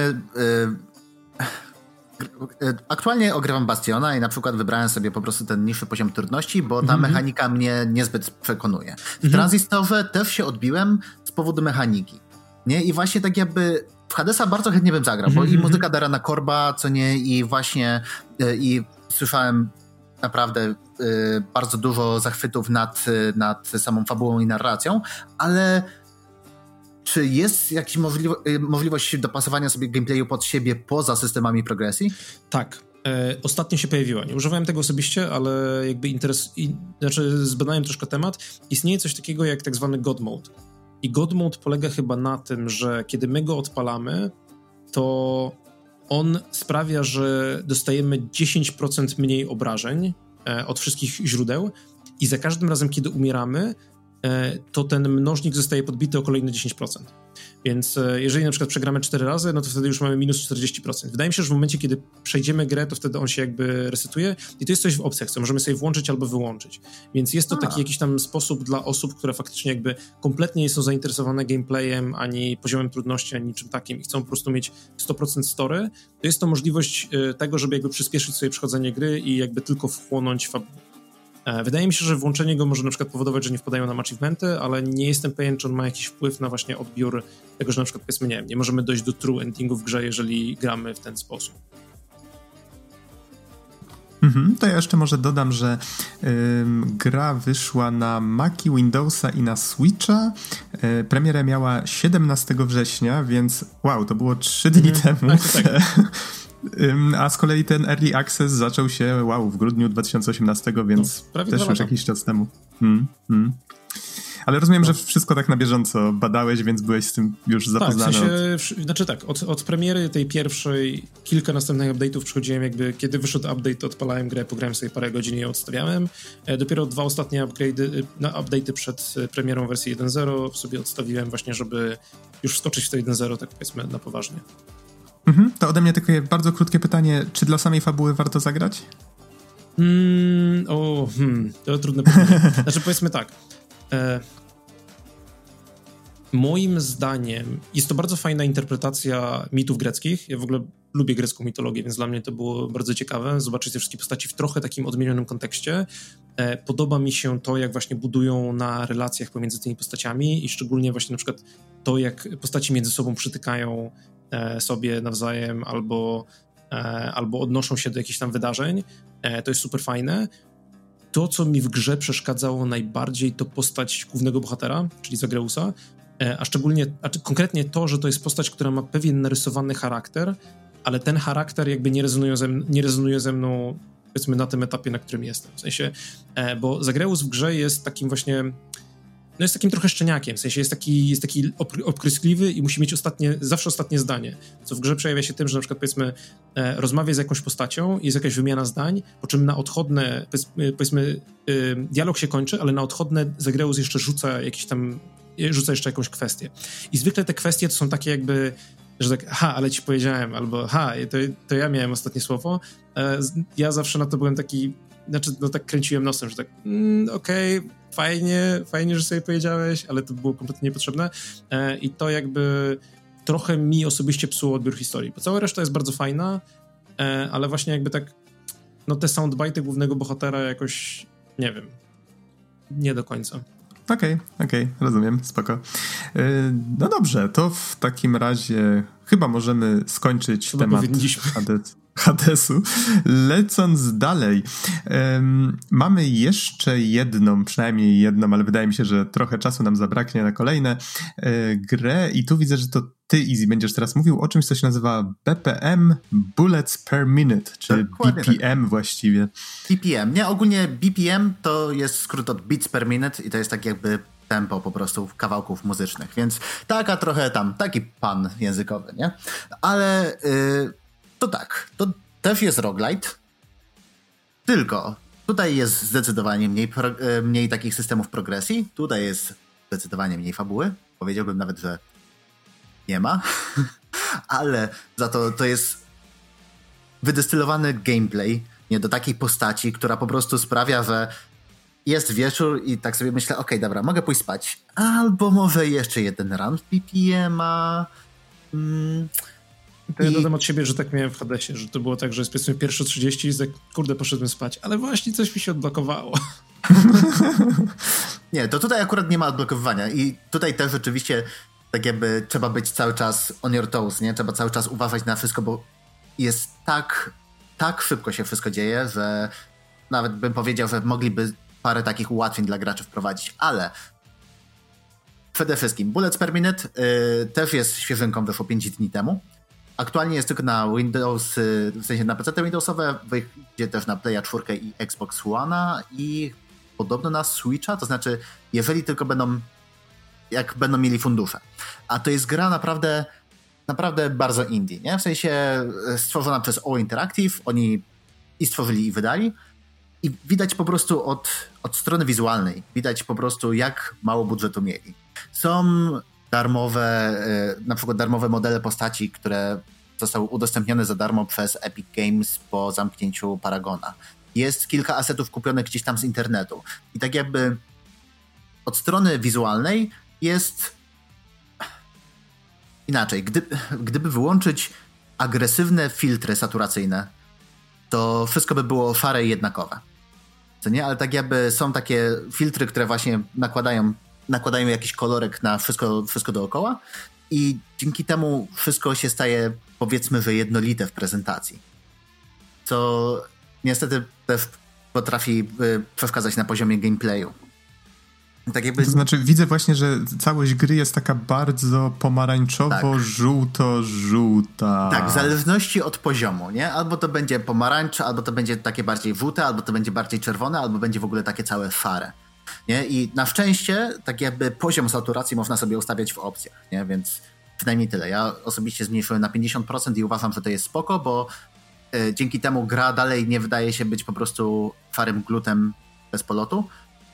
[SPEAKER 4] Aktualnie ogrywam Bastiona i na przykład wybrałem sobie po prostu ten niższy poziom trudności, bo ta mechanika mnie niezbyt przekonuje. W Transistorze też się odbiłem z powodu mechaniki. Nie? I właśnie tak jakby w Hadesa bardzo chętnie bym zagrał, bo i muzyka Darrena Korba, co nie, i właśnie i słyszałem naprawdę bardzo dużo zachwytów nad samą fabułą i narracją, ale czy jest jakaś możliwość dopasowania sobie gameplayu pod siebie poza systemami progresji?
[SPEAKER 3] Tak. Ostatnio się pojawiła. Nie używałem tego osobiście, ale jakby zbadałem troszkę temat. Istnieje coś takiego jak tak zwany God Mode. I God Mode polega chyba na tym, że kiedy my go odpalamy, to on sprawia, że dostajemy 10% mniej obrażeń od wszystkich źródeł i za każdym razem, kiedy umieramy, to ten mnożnik zostaje podbity o kolejne 10%. Więc jeżeli na przykład przegramy 4 razy, no to wtedy już mamy minus 40%. Wydaje mi się, że w momencie, kiedy przejdziemy grę, to wtedy on się jakby resetuje i to jest coś w opcjach, co możemy sobie włączyć albo wyłączyć. Więc jest to taki jakiś tam sposób dla osób, które faktycznie jakby kompletnie nie są zainteresowane gameplayem, ani poziomem trudności, ani niczym takim i chcą po prostu mieć 100% story, to jest to możliwość tego, żeby jakby przyspieszyć sobie przechodzenie gry i jakby tylko wchłonąć Wydaje mi się, że włączenie go może na przykład powodować, że nie wpadają nam achievementy, ale nie jestem pewien, czy on ma jakiś wpływ na właśnie odbiór tego, że na przykład powiedzmy, nie możemy dojść do true endingu w grze, jeżeli gramy w ten sposób.
[SPEAKER 1] To ja jeszcze może dodam, że gra wyszła na Maci, Windowsa i na Switcha. Premierę miała 17 września, więc wow, to było 3 dni temu. Tak. A z kolei ten Early Access zaczął się, w grudniu 2018, więc też już jakiś czas temu. Ale rozumiem, że wszystko tak na bieżąco badałeś, więc byłeś z tym już zapoznany.
[SPEAKER 3] Od premiery tej pierwszej kilka następnych update'ów przychodziłem jakby, kiedy wyszedł update, to odpalałem grę, pograłem sobie parę godzin i je odstawiałem. Dopiero 2 ostatnie update'y przed premierą wersji 1.0 sobie odstawiłem właśnie, żeby już wskoczyć w to 1.0, tak powiedzmy na poważnie.
[SPEAKER 1] To ode mnie tylko bardzo krótkie pytanie. Czy dla samej fabuły warto zagrać?
[SPEAKER 3] To trudne pytanie. Znaczy powiedzmy tak. Moim zdaniem jest to bardzo fajna interpretacja mitów greckich. Ja w ogóle lubię grecką mitologię, więc dla mnie to było bardzo ciekawe. Zobaczyć te wszystkie postaci w trochę takim odmienionym kontekście. Podoba mi się to, jak właśnie budują na relacjach pomiędzy tymi postaciami i szczególnie właśnie na przykład to, jak postaci między sobą przytykają sobie nawzajem albo odnoszą się do jakichś tam wydarzeń. To jest super fajne. To, co mi w grze przeszkadzało najbardziej, to postać głównego bohatera, czyli Zagreusa, konkretnie to, że to jest postać, która ma pewien narysowany charakter, ale ten charakter jakby nie rezonuje ze mną, powiedzmy, na tym etapie, na którym jestem. W sensie, bo Zagreus w grze jest takim właśnie... jest takim trochę szczeniakiem, w sensie jest taki opryskliwy i musi mieć zawsze ostatnie zdanie, co w grze przejawia się tym, że na przykład powiedzmy rozmawia z jakąś postacią, jest jakaś wymiana zdań, po czym na odchodne, powiedzmy dialog się kończy, ale na odchodne Zagreus jeszcze rzuca jeszcze jakąś kwestię. I zwykle te kwestie to są takie jakby, że tak, ale ci powiedziałem, albo to ja miałem ostatnie słowo. Ja zawsze na to byłem taki, tak kręciłem nosem, że tak, okej, fajnie, że sobie powiedziałeś, ale to było kompletnie niepotrzebne i to jakby trochę mi osobiście psuło odbiór historii, bo cała reszta jest bardzo fajna, ale właśnie jakby tak, te soundbite'y głównego bohatera jakoś, nie wiem, nie do końca.
[SPEAKER 1] Okej, rozumiem, spoko. No dobrze, to w takim razie chyba możemy skończyć temat Hadesu. Lecąc dalej, mamy jeszcze jedną, przynajmniej jedną, ale wydaje mi się, że trochę czasu nam zabraknie na kolejne grę i tu widzę, że to ty, Easy, będziesz teraz mówił o czymś, co się nazywa BPM, Bullets per Minute, czy dokładnie BPM tak. Właściwie.
[SPEAKER 4] BPM, nie? Ogólnie BPM to jest skrót od Beats per Minute i to jest tak jakby tempo po prostu kawałków muzycznych, więc taka trochę tam, taki pan językowy, nie? Ale to tak, to też jest roguelite, tylko tutaj jest zdecydowanie mniej takich systemów progresji, tutaj jest zdecydowanie mniej fabuły, powiedziałbym nawet, że nie ma, ale za to jest wydestylowany gameplay, nie, do takiej postaci, która po prostu sprawia, że jest wieczór i tak sobie myślę, okej, dobra, mogę pójść spać, albo może jeszcze jeden run w BPM-a.
[SPEAKER 3] To ja dodam od siebie, że tak miałem w Hadesie, że to było tak, że jest powiedzmy pierwsze 30 i tak, kurde, poszedłem spać, ale właśnie coś mi się odblokowało.
[SPEAKER 4] Nie, to tutaj akurat nie ma odblokowywania i tutaj też rzeczywiście tak jakby trzeba być cały czas on your toes, nie? Trzeba cały czas uważać na wszystko, bo jest tak szybko się wszystko dzieje, że nawet bym powiedział, że mogliby parę takich ułatwień dla graczy wprowadzić, ale przede wszystkim Bullets per Minute też jest świeżynką, wyszło 5 dni temu. Aktualnie jest tylko na Windows, w sensie na PC Windowsowe, wyjdzie też na Playa 4 i Xbox One'a i podobno na Switcha, to znaczy jeżeli tylko będą mieli fundusze. A to jest gra naprawdę bardzo indie, nie? W sensie stworzona przez All Interactive, oni i stworzyli i wydali i widać po prostu od strony wizualnej, widać po prostu jak mało budżetu mieli. Są na przykład darmowe modele postaci, które zostały udostępnione za darmo przez Epic Games po zamknięciu Paragona. Jest kilka asetów kupionych gdzieś tam z internetu. I tak jakby od strony wizualnej jest inaczej. Gdyby wyłączyć agresywne filtry saturacyjne, to wszystko by było szare i jednakowe. Co nie? Ale tak jakby są takie filtry, które właśnie nakładają jakiś kolorek na wszystko dookoła i dzięki temu wszystko się staje, powiedzmy, że jednolite w prezentacji. Co niestety też potrafi przeszkadzać na poziomie gameplayu. Tak jakby...
[SPEAKER 1] To znaczy widzę właśnie, że całość gry jest taka bardzo pomarańczowo-żółto-żółta.
[SPEAKER 4] Tak, w zależności od poziomu, nie? Albo to będzie pomarańcz, albo to będzie takie bardziej żółte, albo to będzie bardziej czerwone, albo będzie w ogóle takie całe szare. Nie? I na szczęście tak jakby poziom saturacji można sobie ustawiać w opcjach, nie? Więc przynajmniej tyle. Ja osobiście zmniejszyłem na 50% i uważam, że to jest spoko, bo dzięki temu gra dalej nie wydaje się być po prostu szarym glutem bez polotu,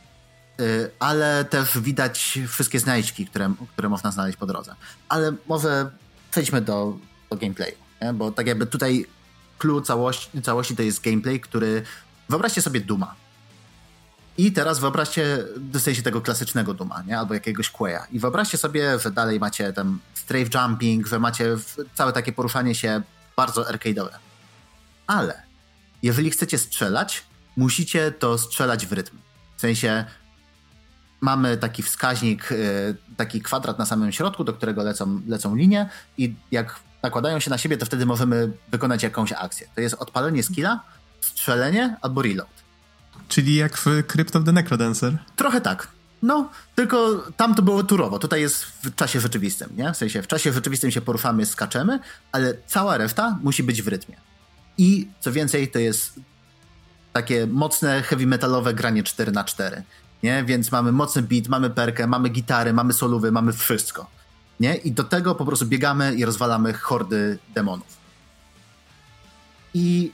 [SPEAKER 4] ale też widać wszystkie znajdźki, które można znaleźć po drodze. Ale może przejdźmy do gameplayu, nie? Bo tak jakby tutaj clue całości to jest gameplay, który... Wyobraźcie sobie Duma. I teraz wyobraźcie, w sensie tego klasycznego Duma, nie? Albo jakiegoś Quake'a. I wyobraźcie sobie, że dalej macie ten strafe jumping, że macie całe takie poruszanie się bardzo arcade'owe. Ale jeżeli chcecie strzelać, musicie to strzelać w rytm. W sensie mamy taki wskaźnik, taki kwadrat na samym środku, do którego lecą linie i jak nakładają się na siebie, to wtedy możemy wykonać jakąś akcję. To jest odpalenie skilla, strzelenie albo reload.
[SPEAKER 1] Czyli jak w Crypt of the Necrodancer?
[SPEAKER 4] Trochę tak. No, tylko tam to było turowo. Tutaj jest w czasie rzeczywistym, nie? W sensie w czasie rzeczywistym się poruszamy, skaczemy, ale cała reszta musi być w rytmie. I co więcej, to jest takie mocne, heavy metalowe granie 4x4. Nie? Więc mamy mocny beat, mamy perkę, mamy gitary, mamy solówy, mamy wszystko. Nie? I do tego po prostu biegamy i rozwalamy hordy demonów. I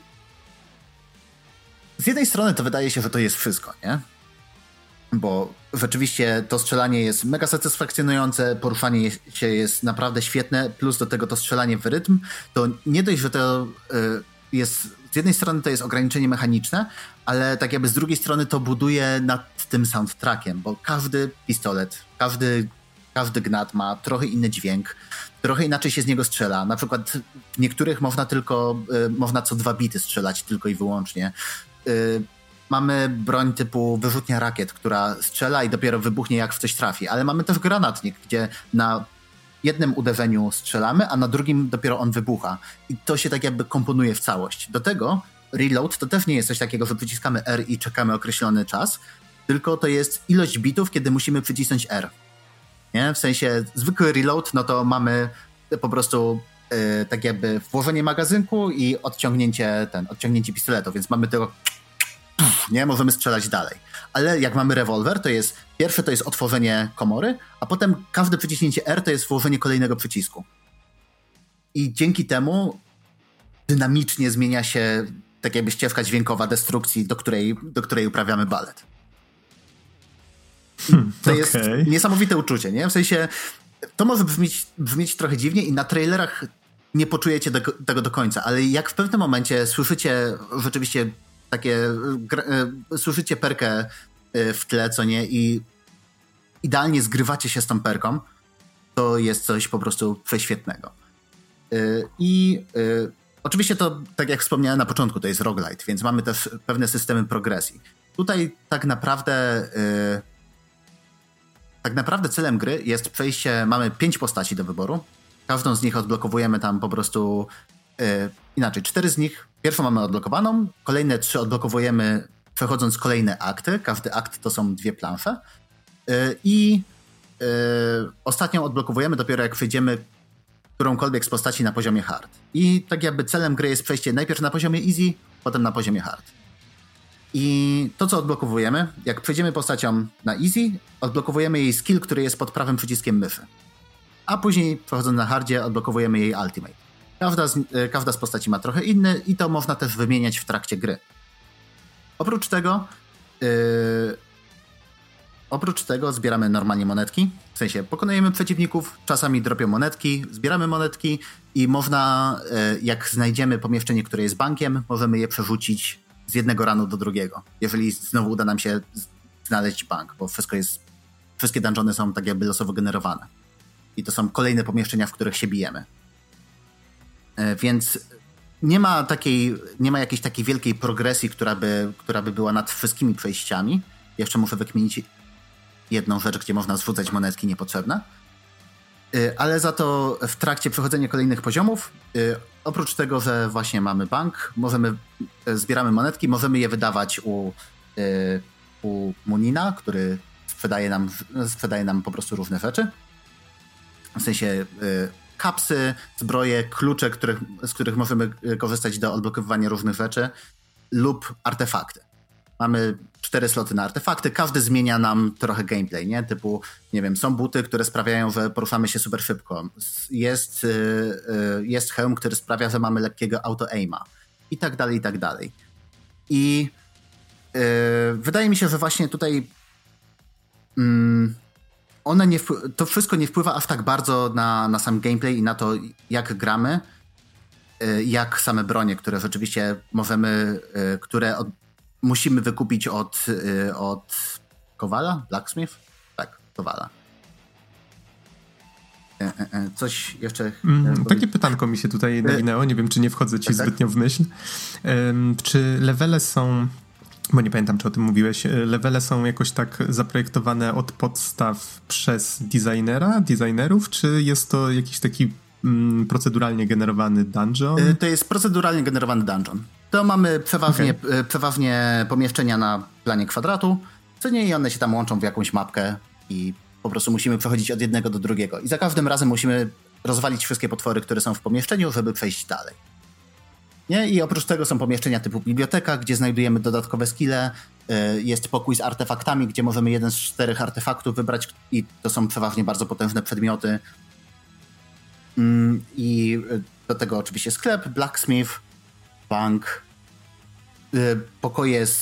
[SPEAKER 4] z jednej strony to wydaje się, że to jest wszystko, nie? Bo rzeczywiście to strzelanie jest mega satysfakcjonujące, poruszanie się jest naprawdę świetne, plus do tego to strzelanie w rytm, to nie dość, że to jest, z jednej strony to jest ograniczenie mechaniczne, ale tak jakby z drugiej strony to buduje nad tym soundtrackiem, bo każdy pistolet, każdy gnat ma trochę inny dźwięk, trochę inaczej się z niego strzela. Na przykład w niektórych można co 2 bity strzelać tylko i wyłącznie. mamy broń typu wyrzutnia rakiet, która strzela i dopiero wybuchnie jak w coś trafi, ale mamy też granatnik, gdzie na jednym uderzeniu strzelamy, a na drugim dopiero on wybucha. I to się tak jakby komponuje w całość. Do tego reload to też nie jest coś takiego, że przyciskamy R i czekamy określony czas, tylko to jest ilość bitów, kiedy musimy przycisnąć R. Nie? W sensie zwykły reload, no to mamy po prostu tak jakby włożenie magazynku i odciągnięcie pistoletu, więc mamy tego nie, możemy strzelać dalej. Ale jak mamy rewolwer, to jest pierwsze to jest otworzenie komory, a potem każde przyciśnięcie R to jest włożenie kolejnego przycisku. I dzięki temu dynamicznie zmienia się tak jakby ścieżka dźwiękowa destrukcji, do której uprawiamy balet. To jest niesamowite uczucie, nie? W sensie to może brzmieć trochę dziwnie i na trailerach nie poczujecie tego do końca, ale jak w pewnym momencie słyszycie rzeczywiście słyszycie perkę w tle, co nie, i idealnie zgrywacie się z tą perką, to jest coś po prostu prześwietnego. Oczywiście to, tak jak wspomniałem na początku, to jest roguelite, więc mamy też pewne systemy progresji. Tutaj tak naprawdę celem gry jest przejście, mamy 5 postaci do wyboru, każdą z nich odblokowujemy tam po prostu 4 z nich. Pierwszą mamy odblokowaną, kolejne 3 odblokowujemy przechodząc kolejne akty. Każdy akt to są 2 plansze. Ostatnią odblokowujemy dopiero jak przejdziemy którąkolwiek z postaci na poziomie hard. I tak jakby celem gry jest przejście najpierw na poziomie easy, potem na poziomie hard. I to, co odblokowujemy, jak przejdziemy postacią na easy, odblokowujemy jej skill, który jest pod prawym przyciskiem myszy. A później, przechodząc na hardzie, odblokowujemy jej ultimate. Każda z postaci ma trochę inny i to można też wymieniać w trakcie gry. Oprócz tego zbieramy normalnie monetki, w sensie pokonujemy przeciwników, czasami dropią monetki, zbieramy monetki i można, jak znajdziemy pomieszczenie, które jest bankiem, możemy je przerzucić z jednego runu do drugiego, jeżeli znowu uda nam się znaleźć bank, bo wszystkie dungeony są tak jakby losowo generowane. I to są kolejne pomieszczenia, w których się bijemy. Więc nie ma jakiejś takiej wielkiej progresji, która by była nad wszystkimi przejściami. Jeszcze muszę wykminić jedną rzecz, gdzie można zrzucać monetki niepotrzebne. Ale za to w trakcie przechodzenia kolejnych poziomów, oprócz tego, że właśnie mamy bank, zbieramy monetki, możemy je wydawać u Munina, który sprzedaje nam po prostu różne rzeczy. W sensie kapsy, zbroje, klucze, z których możemy korzystać do odblokowywania różnych rzeczy lub artefakty. Mamy 4 sloty na artefakty, każdy zmienia nam trochę gameplay, nie? Typu, nie wiem, są buty, które sprawiają, że poruszamy się super szybko. Jest hełm, który sprawia, że mamy lekkiego auto-aima. I tak dalej, i tak dalej. I wydaje mi się, że właśnie tutaj to wszystko nie wpływa aż tak bardzo na sam gameplay i na to, jak gramy, jak same bronie, które rzeczywiście musimy wykupić od Kowala? Blacksmith? Tak, Kowala. Coś jeszcze...
[SPEAKER 1] Takie pytanko mi się tutaj nawinęło, nie wiem, czy nie wchodzę ci zbytnio w myśl. Czy levele są... Bo nie pamiętam, czy o tym mówiłeś. Levele są jakoś tak zaprojektowane od podstaw przez designerów, czy jest to jakiś taki proceduralnie generowany dungeon?
[SPEAKER 4] To jest proceduralnie generowany dungeon. To mamy przeważnie pomieszczenia na planie kwadratu, co nie, i one się tam łączą w jakąś mapkę i po prostu musimy przechodzić od jednego do drugiego. I za każdym razem musimy rozwalić wszystkie potwory, które są w pomieszczeniu, żeby przejść dalej. Nie? I oprócz tego są pomieszczenia typu biblioteka, gdzie znajdujemy dodatkowe skille. Jest pokój z artefaktami, gdzie możemy jeden z 4 artefaktów wybrać i to są przeważnie bardzo potężne przedmioty. I do tego oczywiście sklep, blacksmith, bank, pokoje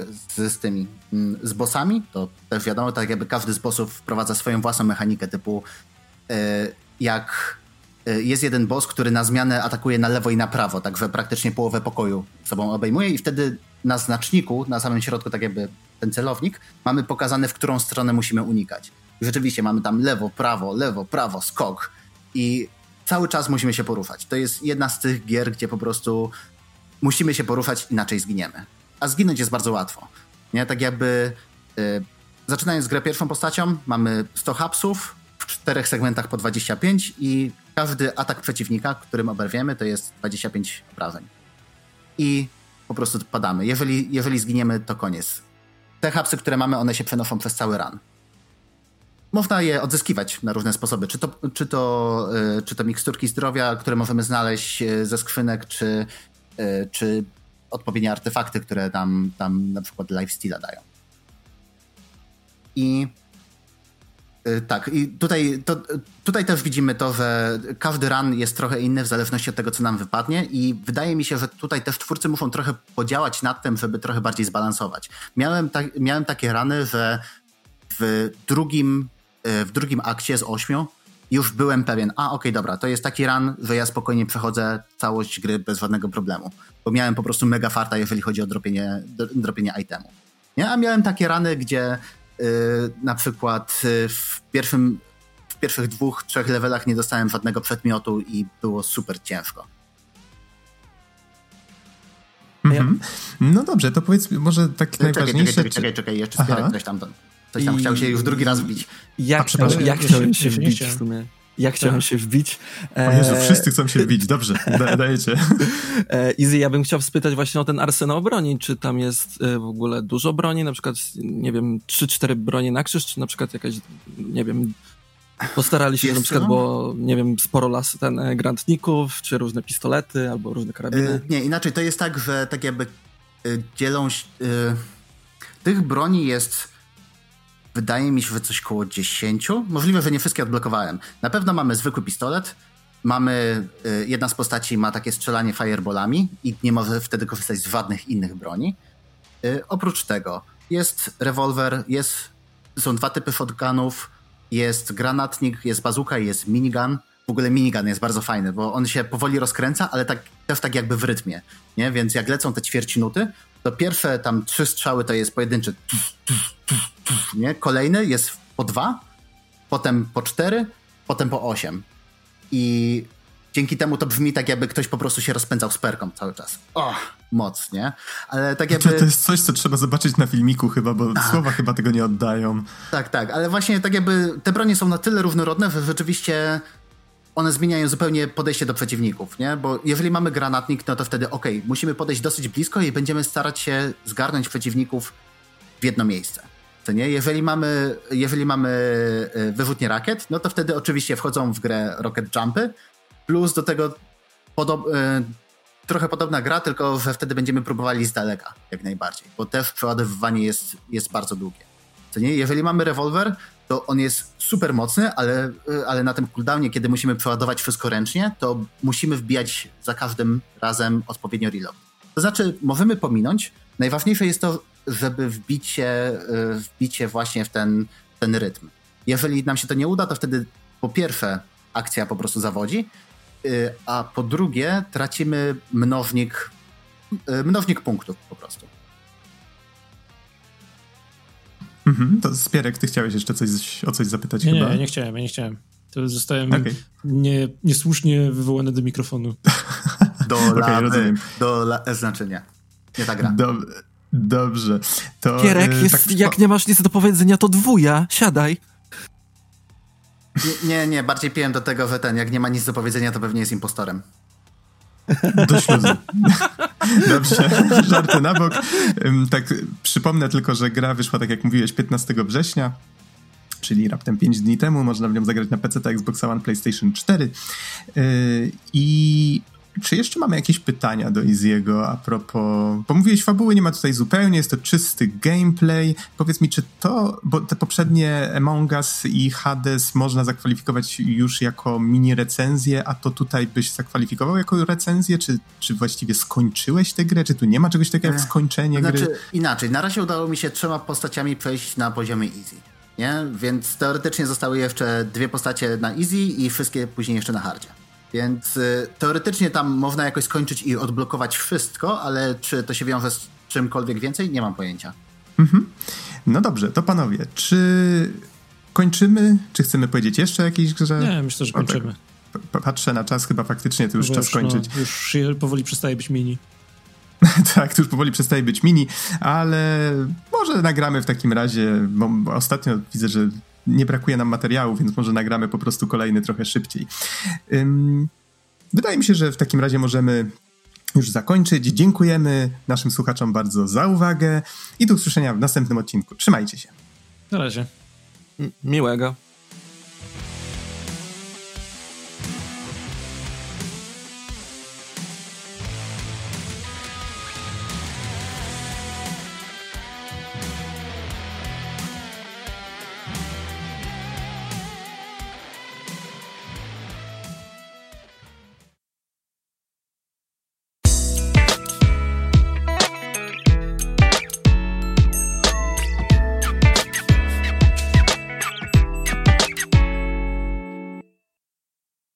[SPEAKER 4] z bossami. To też wiadomo, tak jakby każdy z bossów wprowadza swoją własną mechanikę typu jak jest jeden boss, który na zmianę atakuje na lewo i na prawo, także praktycznie połowę pokoju sobą obejmuje i wtedy na znaczniku, na samym środku, tak jakby ten celownik, mamy pokazane, w którą stronę musimy unikać. I rzeczywiście mamy tam lewo, prawo, skok i cały czas musimy się poruszać. To jest jedna z tych gier, gdzie po prostu musimy się poruszać, inaczej zginiemy. a zginąć jest bardzo łatwo. Nie? Tak jakby zaczynając grę pierwszą postacią, mamy 100 hapsów, w 4 segmentach po 25 i każdy atak przeciwnika, którym oberwiemy, to jest 25 obrażeń. I po prostu padamy. Jeżeli zginiemy, to koniec. Te hapsy, które mamy, one się przenoszą przez cały run. Można je odzyskiwać na różne sposoby. Czy to miksturki zdrowia, które możemy znaleźć ze skrzynek, czy odpowiednie artefakty, które nam na przykład lifesteala dają. I tak, i tutaj też widzimy to, że każdy run jest trochę inny w zależności od tego, co nam wypadnie i wydaje mi się, że tutaj też twórcy muszą trochę podziałać nad tym, żeby trochę bardziej zbalansować. Miałem takie runy, że w drugim akcie z 8 już byłem pewien, okej, dobra, to jest taki run, że ja spokojnie przechodzę całość gry bez żadnego problemu, bo miałem po prostu mega farta, jeżeli chodzi o dropienie itemu. Nie? A miałem takie runy, gdzie na przykład w pierwszych 2-3 levelach nie dostałem żadnego przedmiotu i było super ciężko.
[SPEAKER 1] Mhm. No dobrze, to powiedz może tak najważniejsze...
[SPEAKER 4] Czekaj, jeszcze Spierek coś tam chciał się już drugi raz wbić.
[SPEAKER 2] Ja chciałem się wbić w sumie. Ja chciałem się wbić.
[SPEAKER 1] O Jezu, wszyscy chcą się wbić, dobrze, dajecie.
[SPEAKER 2] Izzy, ja bym chciał spytać właśnie o ten arsenał broni, czy tam jest w ogóle dużo broni, na przykład, nie wiem, 3-4 bronie na krzyż, czy na przykład jakaś, nie wiem, postarali się, na przykład, bo, nie wiem, sporo granatników, czy różne pistolety, albo różne karabiny.
[SPEAKER 4] Nie, inaczej, to jest tak, że tak jakby dzielą się... Tych broni jest... Wydaje mi się, że coś koło 10. Możliwe, że nie wszystkie odblokowałem. Na pewno mamy zwykły pistolet. Jedna z postaci ma takie strzelanie fireballami i nie może wtedy korzystać z żadnych innych broni. Oprócz tego jest rewolwer, są 2 typy shotgunów, jest granatnik, jest bazuka i jest minigun. W ogóle minigun jest bardzo fajny, bo on się powoli rozkręca, ale też tak jakby w rytmie. Nie? Więc jak lecą te ćwierćnuty, to pierwsze tam 3 strzały to jest pojedynczy. Nie? Kolejny jest po 2, potem po 4, potem po 8. I dzięki temu to brzmi tak, jakby ktoś po prostu się rozpędzał z perką cały czas. Moc, nie? Ale tak jakby...
[SPEAKER 1] To jest coś, co trzeba zobaczyć na filmiku chyba, bo słowa chyba tego nie oddają.
[SPEAKER 4] Tak, ale właśnie tak jakby te bronie są na tyle różnorodne, że rzeczywiście one zmieniają zupełnie podejście do przeciwników, nie? Bo jeżeli mamy granatnik, no to wtedy musimy podejść dosyć blisko i będziemy starać się zgarnąć przeciwników w jedno miejsce. To nie? Jeżeli mamy wyrzutnie rakiet, no to wtedy oczywiście wchodzą w grę rocket jumpy, plus do tego trochę podobna gra, tylko że wtedy będziemy próbowali z daleka, jak najbardziej, bo też przeładowywanie jest bardzo długie. To nie? Jeżeli mamy rewolwer, to on jest super mocny, ale na tym cooldownie, kiedy musimy przeładować wszystko ręcznie, to musimy wbijać za każdym razem odpowiednio reload. To znaczy, możemy pominąć. Najważniejsze jest to, żeby wbicie właśnie w ten rytm. Jeżeli nam się to nie uda, to wtedy po pierwsze akcja po prostu zawodzi, a po drugie tracimy mnożnik punktów po prostu.
[SPEAKER 1] To Spierek, ty chciałeś jeszcze o coś zapytać chyba?
[SPEAKER 3] Nie, ja nie chciałem. To zostałem niesłusznie wywołany do mikrofonu.
[SPEAKER 4] Znaczy nie ta gra.
[SPEAKER 1] Dobrze. To,
[SPEAKER 2] Pierek, jak nie masz nic do powiedzenia, to 2, siadaj.
[SPEAKER 4] Nie, bardziej piłem do tego, że jak nie ma nic do powiedzenia, to pewnie jest impostorem.
[SPEAKER 1] Do śluzu. Dobrze, żarty na bok. Tak, przypomnę tylko, że gra wyszła, tak jak mówiłeś, 15 września, czyli raptem 5 dni temu. Można w nią zagrać na PC, Xbox One, PlayStation 4. I czy jeszcze mamy jakieś pytania do Izzy'ego a propos... Bo mówiłeś, fabuły nie ma tutaj zupełnie, jest to czysty gameplay. Powiedz mi, czy bo te poprzednie Among Us i Hades można zakwalifikować już jako mini recenzję, a to tutaj byś zakwalifikował jako recenzję? Czy właściwie skończyłeś tę grę? Czy tu nie ma czegoś takiego jak skończenie gry?
[SPEAKER 4] Inaczej, na razie udało mi się 3 postaciami przejść na poziomie easy. Nie? Więc teoretycznie zostały jeszcze 2 postacie na easy i wszystkie później jeszcze na hardzie. Więc teoretycznie tam można jakoś skończyć i odblokować wszystko, ale czy to się wiąże z czymkolwiek więcej? Nie mam pojęcia.
[SPEAKER 1] No dobrze, to panowie, czy kończymy? Czy chcemy powiedzieć jeszcze o jakiejś grze?
[SPEAKER 3] Nie, myślę, że kończymy.
[SPEAKER 1] Patrzę na czas, chyba faktycznie to już czas kończyć.
[SPEAKER 3] Już powoli przestaje być mini.
[SPEAKER 1] Tak, to już powoli przestaje być mini, ale może nagramy w takim razie, bo ostatnio widzę, że nie brakuje nam materiału, więc może nagramy po prostu kolejny trochę szybciej. Wydaje mi się, że w takim razie możemy już zakończyć. Dziękujemy naszym słuchaczom bardzo za uwagę i do usłyszenia w następnym odcinku. Trzymajcie się.
[SPEAKER 3] Na razie.
[SPEAKER 2] Miłego.